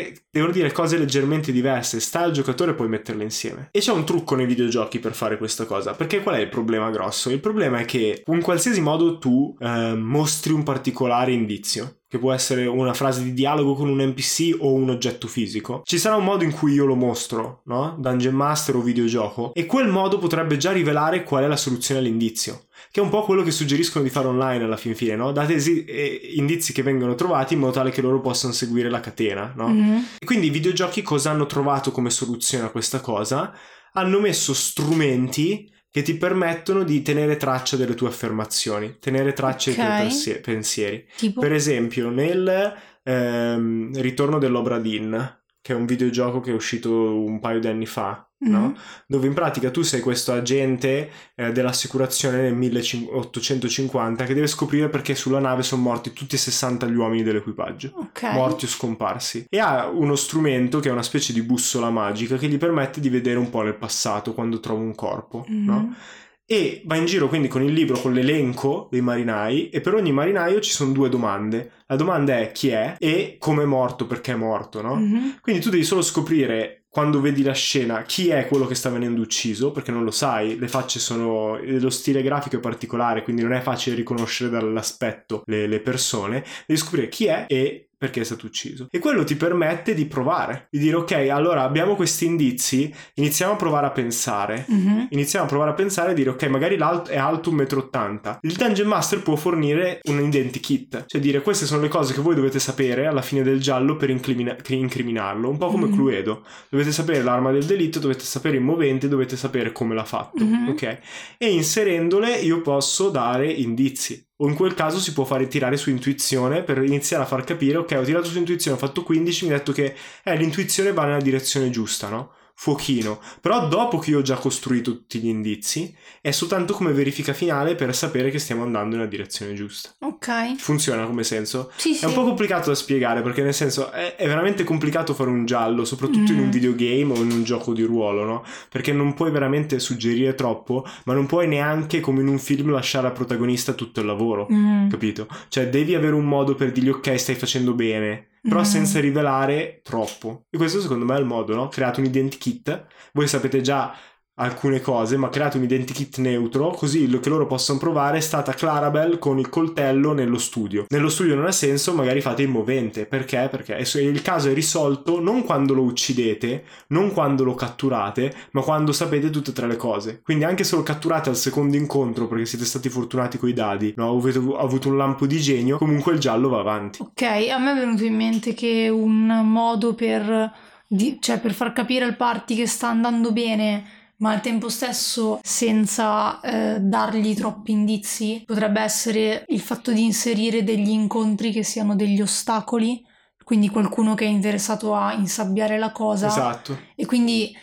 dire cose leggermente diverse. Sta al giocatore poi metterle insieme. E c'è un trucco nei videogiochi per fare questa cosa, perché qual è il problema grosso? Il problema è che in qualsiasi modo tu mostri un particolare indizio, che può essere una frase di dialogo con un NPC o un oggetto fisico, ci sarà un modo in cui io lo mostro, no? Dungeon Master o videogioco, e quel modo potrebbe già rivelare qual è la soluzione all'indizio, che è un po' quello che suggeriscono di fare online alla fin fine, no? Date indizi che vengono trovati in modo tale che loro possano seguire la catena, no? E quindi i videogiochi cosa hanno trovato come soluzione a questa cosa? Hanno messo strumenti che ti permettono di tenere traccia delle tue affermazioni, tenere traccia dei tuoi pensieri. Tipo? Per esempio, nel Ritorno dell'Obra Dinn, che è un videogioco che è uscito un paio di anni fa, no? Dove in pratica tu sei questo agente dell'assicurazione nel 1850 che deve scoprire perché sulla nave sono morti tutti e 60 gli uomini dell'equipaggio, morti o scomparsi, e ha uno strumento che è una specie di bussola magica che gli permette di vedere un po' nel passato quando trova un corpo, no? E va in giro quindi con il libro, con l'elenco dei marinai, e per ogni marinaio ci sono due domande. La domanda è chi è e come è morto, perché è morto, no? Quindi tu devi solo scoprire, quando vedi la scena, chi è quello che sta venendo ucciso, perché non lo sai, le facce sono, lo stile grafico è particolare, quindi non è facile riconoscere dall'aspetto le persone. Devi scoprire chi è e perché è stato ucciso, e quello ti permette di provare, di dire: ok, allora abbiamo questi indizi, iniziamo a provare a pensare, iniziamo a provare a pensare e dire: ok, magari è alto 1,80 m. Il Dungeon Master può fornire un identikit, cioè dire: queste sono le cose che voi dovete sapere alla fine del giallo per incriminarlo, un po' come Cluedo. Dovete sapere l'arma del delitto, dovete sapere il movente, dovete sapere come l'ha fatto, ok? E inserendole io posso dare indizi. O in quel caso si può fare tirare su intuizione per iniziare a far capire: ok, ho tirato su intuizione, ho fatto 15, mi ha detto che l'intuizione va nella direzione giusta, no? Fuochino. Però dopo che io ho già costruito tutti gli indizi, è soltanto come verifica finale per sapere che stiamo andando nella direzione giusta. Ok. Funziona come senso? Sì, è un po' complicato da spiegare, perché nel senso è veramente complicato fare un giallo, soprattutto in un videogame o in un gioco di ruolo, no? Perché non puoi veramente suggerire troppo, ma non puoi neanche, come in un film, lasciare al protagonista tutto il lavoro, capito? Cioè devi avere un modo per dirgli: ok, stai facendo bene, però senza rivelare troppo. E questo secondo me è il modo, no? Create un identikit, voi sapete già alcune cose, ma create un identikit neutro, così che loro possano provare è stata Clarabel con il coltello nello studio. Nello studio non ha senso, magari fate il movente. Perché? Perché il caso è risolto non quando lo uccidete, non quando lo catturate, ma quando sapete tutte e tre le cose. Quindi anche se lo catturate al secondo incontro perché siete stati fortunati coi dadi, no? Avete avuto un lampo di genio, comunque il giallo va avanti. Ok, a me è venuto in mente che un modo per far capire al party che sta andando bene, ma al tempo stesso senza dargli troppi indizi, potrebbe essere il fatto di inserire degli incontri che siano degli ostacoli, quindi qualcuno che è interessato a insabbiare la cosa. Esatto. E quindi,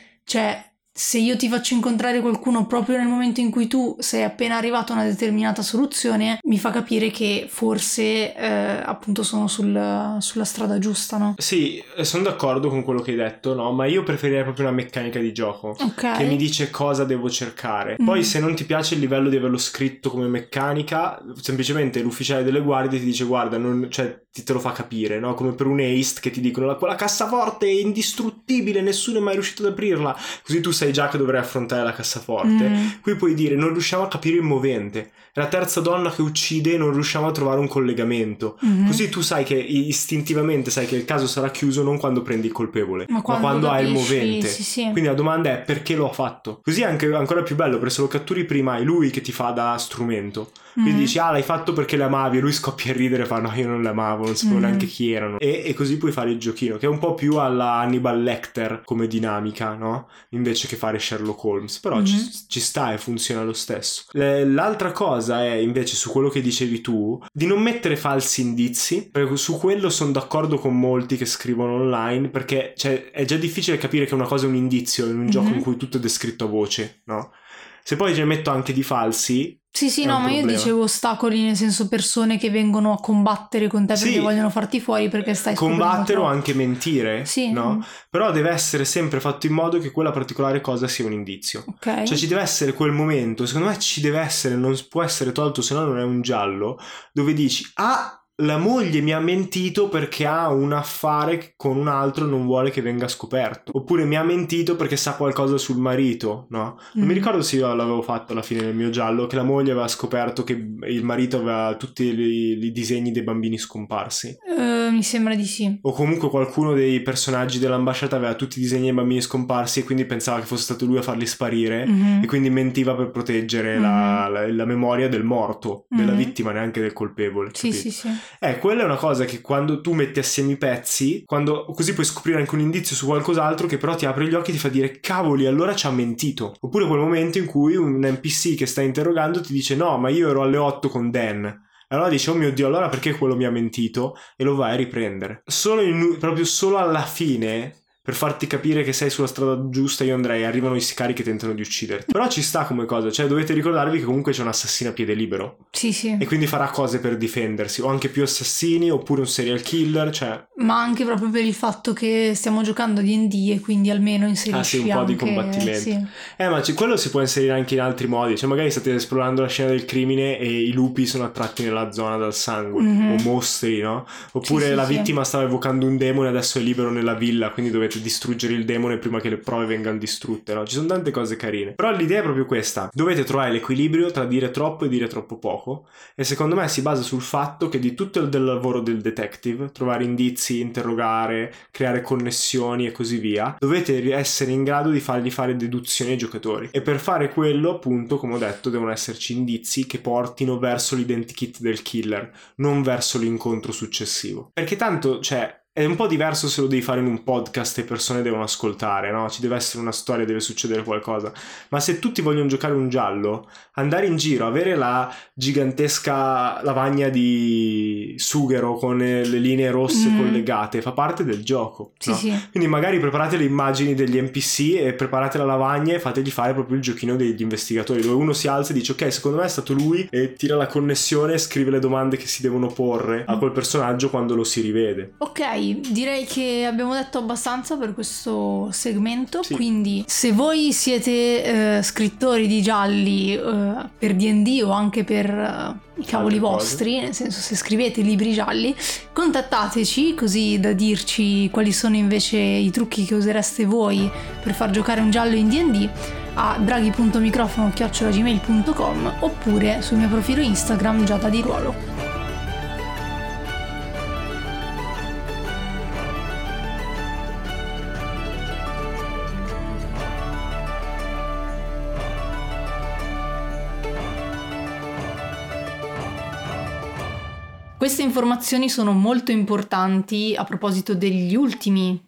se io ti faccio incontrare qualcuno proprio nel momento in cui tu sei appena arrivato a una determinata soluzione, mi fa capire che forse appunto sono sulla strada giusta, no? Sì, sono d'accordo con quello che hai detto, no? Ma io preferirei proprio una meccanica di gioco che mi dice cosa devo cercare. Poi se non ti piace il livello di averlo scritto come meccanica, semplicemente l'ufficiale delle guardie ti dice guarda, te lo fa capire, no? Come per un haste che ti dicono quella cassaforte è indistruttibile, nessuno è mai riuscito ad aprirla, così tu sai già che dovrai affrontare la cassaforte. Qui puoi dire non riusciamo a capire il movente, è la terza donna che uccide e non riusciamo a trovare un collegamento, così tu sai che istintivamente sai che il caso sarà chiuso non quando prendi il colpevole, ma quando hai il movente. Sì. Quindi la domanda è perché lo ha fatto, così è anche ancora più bello, perché se lo catturi prima è lui che ti fa da strumento, quindi dici l'hai fatto perché le amavi, e lui scoppia a ridere e fa no, io non le amavo, non sapevo neanche chi erano, e così puoi fare il giochino che è un po' più alla Hannibal Lecter come dinamica, no? Invece che fare Sherlock Holmes, però ci sta e funziona lo stesso. L'altra cosa è invece su quello che dicevi tu, di non mettere falsi indizi, perché su quello sono d'accordo con molti che scrivono online, perché è già difficile capire che una cosa è un indizio in un gioco in cui tutto è descritto a voce, no? Se poi ce ne metto anche di falsi. Sì, no, ma io dicevo ostacoli, nel senso persone che vengono a combattere con te perché vogliono farti fuori perché stai combattere o anche mentire, sì. No? Però deve essere sempre fatto in modo che quella particolare cosa sia un indizio. Okay. Ci deve essere quel momento, secondo me ci deve essere, non può essere tolto, se no non è un giallo, dove dici la moglie mi ha mentito perché ha un affare con un altro e non vuole che venga scoperto, oppure mi ha mentito perché sa qualcosa sul marito, no? Non mi ricordo se io l'avevo fatto alla fine del mio giallo, che la moglie aveva scoperto che il marito aveva tutti i disegni dei bambini scomparsi. Mi sembra di sì. O comunque qualcuno dei personaggi dell'ambasciata aveva tutti i disegni dei bambini scomparsi e quindi pensava che fosse stato lui a farli sparire e quindi mentiva per proteggere la memoria del morto, della vittima, neanche del colpevole. Sì. Quella è una cosa che quando tu metti assieme i pezzi, così puoi scoprire anche un indizio su qualcos'altro che però ti apre gli occhi e ti fa dire cavoli, allora ci ha mentito. Oppure quel momento in cui un NPC che sta interrogando ti dice no, ma io ero alle 8 con Dan. Allora dici oh mio Dio, allora perché quello mi ha mentito? E lo vai a riprendere. Proprio solo alla fine, per farti capire che sei sulla strada giusta, io andrei, arrivano i sicari che tentano di ucciderti. Però ci sta come cosa, dovete ricordarvi che comunque c'è un assassino a piede libero. Sì. E quindi farà cose per difendersi, o anche più assassini, oppure un serial killer, Ma anche proprio per il fatto che stiamo giocando a D&D e quindi almeno inserisci un po' di combattimento. Sì. Ma quello si può inserire anche in altri modi, magari state esplorando la scena del crimine e i lupi sono attratti nella zona dal sangue, o mostri, no? Oppure la vittima stava evocando un demone e adesso è libero nella villa, quindi dovete distruggere il demone prima che le prove vengano distrutte, no? Ci sono tante cose carine, però l'idea è proprio questa: dovete trovare l'equilibrio tra dire troppo e dire troppo poco, e secondo me si basa sul fatto che di tutto il lavoro del detective, trovare indizi, interrogare, creare connessioni e così via, dovete essere in grado di fargli fare deduzioni ai giocatori, e per fare quello, appunto, come ho detto, devono esserci indizi che portino verso l'identikit del killer, non verso l'incontro successivo, perché tanto è un po' diverso se lo devi fare in un podcast e persone devono ascoltare, no? Ci deve essere una storia, deve succedere qualcosa. Ma se tutti vogliono giocare un giallo, andare in giro, avere la gigantesca lavagna di sughero con le linee rosse collegate, fa parte del gioco, no? Sì. Quindi magari preparate le immagini degli NPC e preparate la lavagna e fategli fare proprio il giochino degli investigatori, dove uno si alza e dice ok, secondo me è stato lui, e tira la connessione e scrive le domande che si devono porre a quel personaggio quando lo si rivede. Ok, direi che abbiamo detto abbastanza per questo segmento, quindi se voi siete scrittori di gialli per D&D o anche per i cavoli vostri, nel senso se scrivete libri gialli, contattateci così da dirci quali sono invece i trucchi che usereste voi per far giocare un giallo in D&D. a draghi.microfono@gmail.com oppure sul mio profilo Instagram Giada Di Ruolo. Queste informazioni sono molto importanti a proposito degli ultimi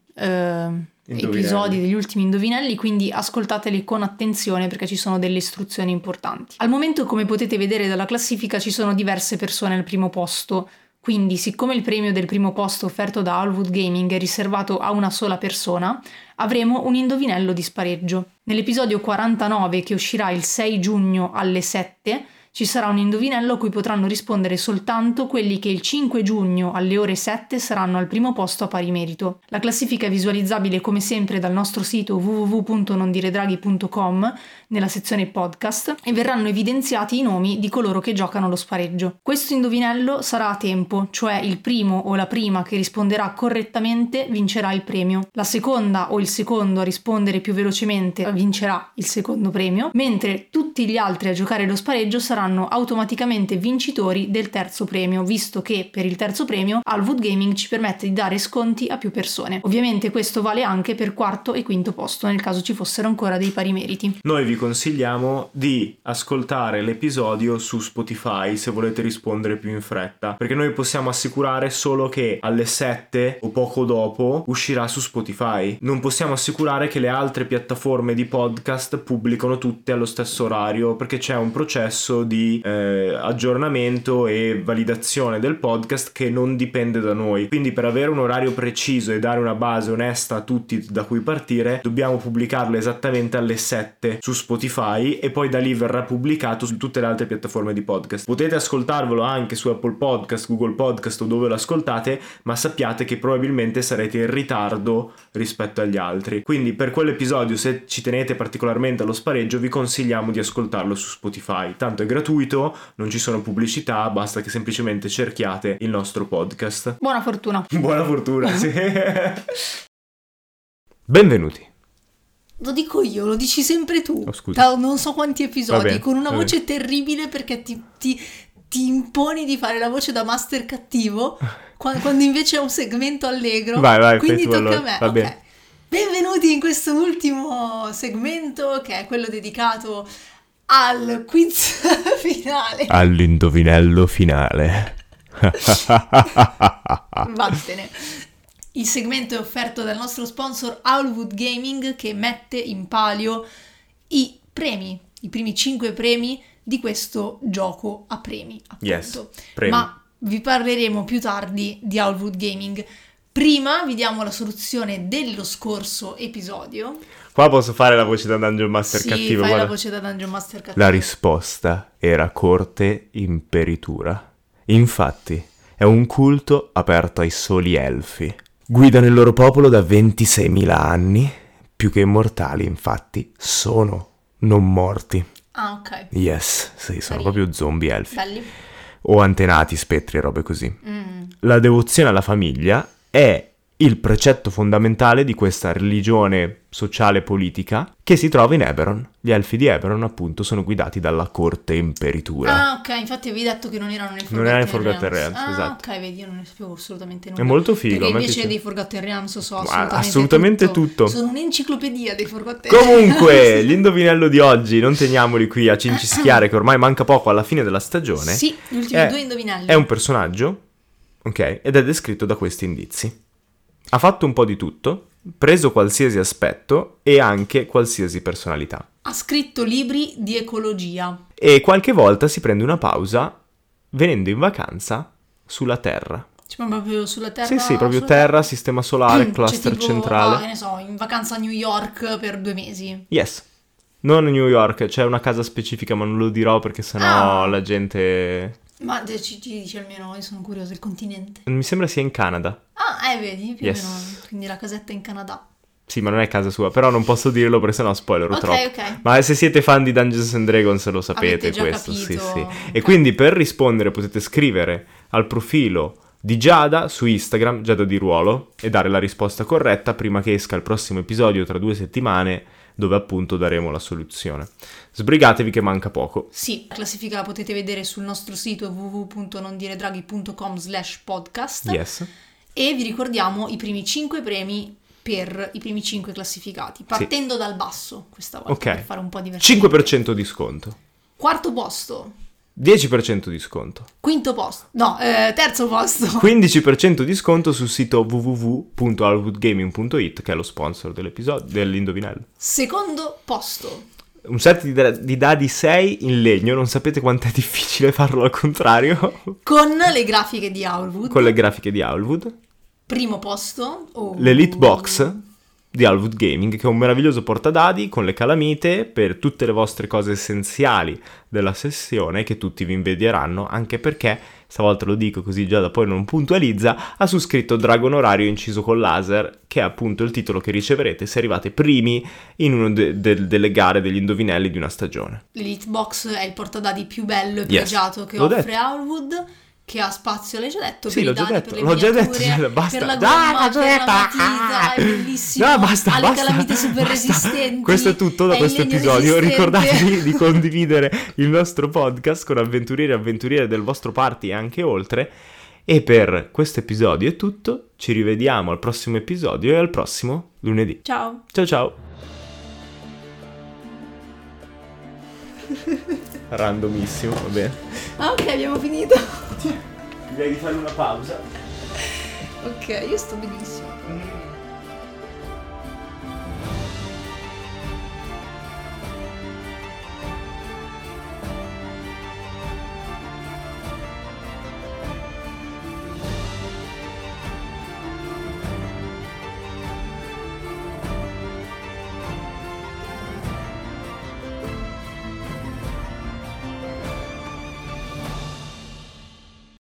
episodi, degli ultimi indovinelli, quindi ascoltateli con attenzione perché ci sono delle istruzioni importanti. Al momento, come potete vedere dalla classifica, ci sono diverse persone al primo posto, quindi siccome il premio del primo posto offerto da Owlwood Gaming è riservato a una sola persona, avremo un indovinello di spareggio. Nell'episodio 49, che uscirà il 6 giugno alle 7, ci sarà un indovinello a cui potranno rispondere soltanto quelli che il 5 giugno alle ore 7 saranno al primo posto a pari merito. La classifica è visualizzabile come sempre dal nostro sito www.nondiredraghi.com nella sezione podcast e verranno evidenziati i nomi di coloro che giocano lo spareggio. Questo indovinello sarà a tempo, cioè il primo o la prima che risponderà correttamente vincerà il premio. La seconda o il secondo a rispondere più velocemente vincerà il secondo premio, mentre tutti gli altri a giocare lo spareggio saranno automaticamente vincitori del terzo premio, visto che per il terzo premio Owlwood Gaming ci permette di dare sconti a più persone. Ovviamente questo vale anche per quarto e quinto posto, nel caso ci fossero ancora dei pari meriti. Noi vi consigliamo di ascoltare l'episodio su Spotify se volete rispondere più in fretta, perché noi possiamo assicurare solo che alle 7 o poco dopo uscirà su Spotify. Non possiamo assicurare che le altre piattaforme di podcast pubblicano tutte allo stesso orario, perché c'è un processo di aggiornamento e validazione del podcast che non dipende da noi. Quindi per avere un orario preciso e dare una base onesta a tutti da cui partire, dobbiamo pubblicarlo esattamente alle 7 su Spotify e poi da lì verrà pubblicato su tutte le altre piattaforme di podcast. Potete ascoltarvelo anche su Apple Podcast, Google Podcast o dove lo ascoltate, ma sappiate che probabilmente sarete in ritardo rispetto agli altri. Quindi per quell'episodio, se ci tenete particolarmente allo spareggio, vi consigliamo di ascoltarlo su Spotify. Tanto è gratuito, non ci sono pubblicità, basta che semplicemente cerchiate il nostro podcast. Buona fortuna. Buona fortuna, sì. Benvenuti. Lo dico io, lo dici sempre tu. Oh, scusa. Non so quanti episodi, con una voce terribile perché ti imponi di fare la voce da master cattivo quando invece è un segmento allegro. Vai, quindi tocca allora. a me. Va ok. bene. Benvenuti in questo ultimo segmento che è quello dedicato al quiz finale. All'indovinello finale. Vattene. Il segmento è offerto dal nostro sponsor Owlwood Gaming, che mette in palio i premi, i primi 5 premi di questo gioco a premi, appunto. Yes, premi. Ma vi parleremo più tardi di Owlwood Gaming. Prima vi diamo la soluzione dello scorso episodio. Qua posso fare la voce da Dungeon Master cattivo. Sì, fai guarda. la voce da Dungeon Master cattivo. La risposta era corte imperitura. Infatti, è un culto aperto ai soli elfi. Guidano il loro popolo da 26.000 anni. Più che immortali, infatti, sono non morti. Ah, ok. Yes, sì, sono Belli. proprio zombie elfi. Belli. O antenati, spettri e robe così. La devozione alla famiglia è il precetto fondamentale di questa religione sociale e politica che si trova in Eberron. Gli elfi di Eberron, appunto, sono guidati dalla corte imperitura. Ah, ok, infatti avevi detto che non erano nel Non era nel Forgotten Realms, Realms. esatto. Ok, vedi, io non ne sapevo assolutamente nulla. È molto figo. Perché a me invece piace. dei Forgotten Realms so assolutamente tutto. Sono un'enciclopedia dei Forgotten Realms. Comunque, l'indovinello di oggi, non teniamoli qui a cincischiare che ormai manca poco alla fine della stagione. Sì, gli ultimi 2 indovinelli. È un personaggio, ok, ed è descritto da questi indizi. Ha fatto un po' di tutto, preso qualsiasi aspetto e anche qualsiasi personalità. Ha scritto libri di ecologia. E qualche volta si prende una pausa venendo in vacanza sulla Terra. Cioè proprio sulla Terra? Sì, proprio Terra, sistema solare, cluster tipo, centrale. che ne so, in vacanza a New York per 2 mesi. Yes. Non a New York, c'è una casa specifica, ma non lo dirò perché sennò la gente... Ma ci dici almeno, io sono curiosa, il continente. Mi sembra sia in Canada. Ah, vedi, più o Yes. meno, quindi la casetta in Canada. Sì, ma non è casa sua, però non posso dirlo perché sennò spoilerò troppo. Ok. Ma se siete fan di Dungeons and Dragons lo sapete Avete già questo, capito. sì. Ok. E quindi per rispondere potete scrivere al profilo di Giada su Instagram, Giada Di Ruolo, e dare la risposta corretta prima che esca il prossimo episodio tra 2 settimane dove appunto daremo la soluzione. Sbrigatevi che manca poco. Sì, la classifica la potete vedere sul nostro sito www.nondiredraghi.com/podcast. Yes. E vi ricordiamo i primi 5 premi per i primi 5 classificati, partendo dal basso questa volta, per fare un po' divertente. 5% di sconto. Quarto posto. 10% di sconto. Quinto posto. No, terzo posto. 15% di sconto sul sito www.hollywoodgaming.it, che è lo sponsor dell'episodio dell'indovinello. Secondo posto. Un set di dadi 6 in legno, non sapete quanto è difficile farlo al contrario. Con le grafiche di Owlwood. Primo posto. L'Elite Box di Owlwood Gaming, che è un meraviglioso portadadi con le calamite per tutte le vostre cose essenziali della sessione, che tutti vi invidieranno, anche perché, stavolta lo dico così già da poi non puntualizza, ha su scritto Dragon Orario inciso con laser, che è appunto il titolo che riceverete se arrivate primi in una delle gare degli indovinelli di una stagione. L'Elite Box è il portadadi più bello e pregiato che offre Owlwood, che ha spazio, l'hai già detto? Sì, l'ho già detto, per le basta. Per la gomma, per la matita, è bellissimo. No, basta, ha le calamite super resistenti. Questo è tutto da questo episodio. Ricordatevi di condividere il nostro podcast con avventurieri e avventuriere del vostro party e anche oltre. E per questo episodio è tutto. Ci rivediamo al prossimo episodio e al prossimo lunedì. Ciao. Ciao ciao. Randomissimo, va bene. Ah, ok, abbiamo finito. Direi di fare una pausa. Ok, io sto benissimo.